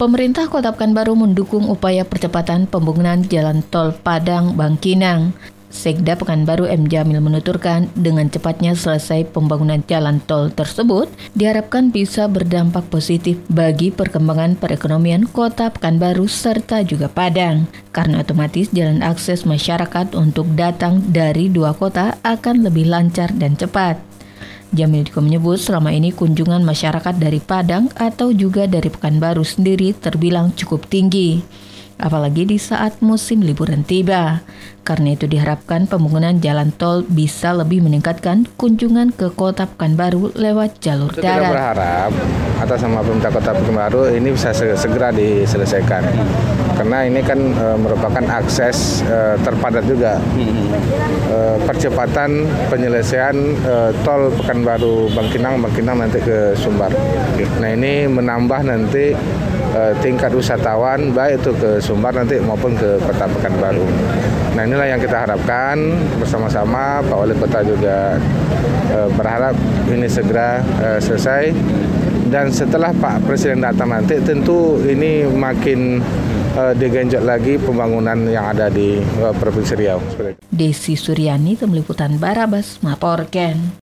Pemerintah Kota Pekanbaru mendukung upaya percepatan pembangunan jalan tol Padang-Bangkinang. Sekda Pekanbaru M. Jamil menuturkan dengan cepatnya selesai pembangunan jalan tol tersebut diharapkan bisa berdampak positif bagi perkembangan perekonomian Kota Pekanbaru serta juga Padang. Karena otomatis jalan akses masyarakat untuk datang dari dua kota akan lebih lancar dan cepat. Jamil juga menyebut selama ini kunjungan masyarakat dari Padang atau juga dari Pekanbaru sendiri terbilang cukup tinggi, apalagi di saat musim liburan tiba. Karena itu diharapkan pembangunan jalan tol bisa lebih meningkatkan kunjungan ke Kota Pekanbaru lewat jalur darat. Kita berharap atas nama pemerintah Kota Pekanbaru ini bisa segera diselesaikan. Karena ini kan merupakan akses terpadat juga. Percepatan penyelesaian tol Pekanbaru-Bangkinang nanti ke Sumbar. Nah ini menambah nanti tingkat wisatawan baik itu ke Sumbar nanti maupun ke Kota Pekanbaru. Nah inilah yang kita harapkan bersama-sama. Pak Wali Kota juga berharap ini segera selesai. Dan setelah Pak Presiden datang nanti tentu ini makin digenjot lagi pembangunan yang ada di Provinsi Riau. Desi Suryani, Tim Liputan Barabas, melaporkan.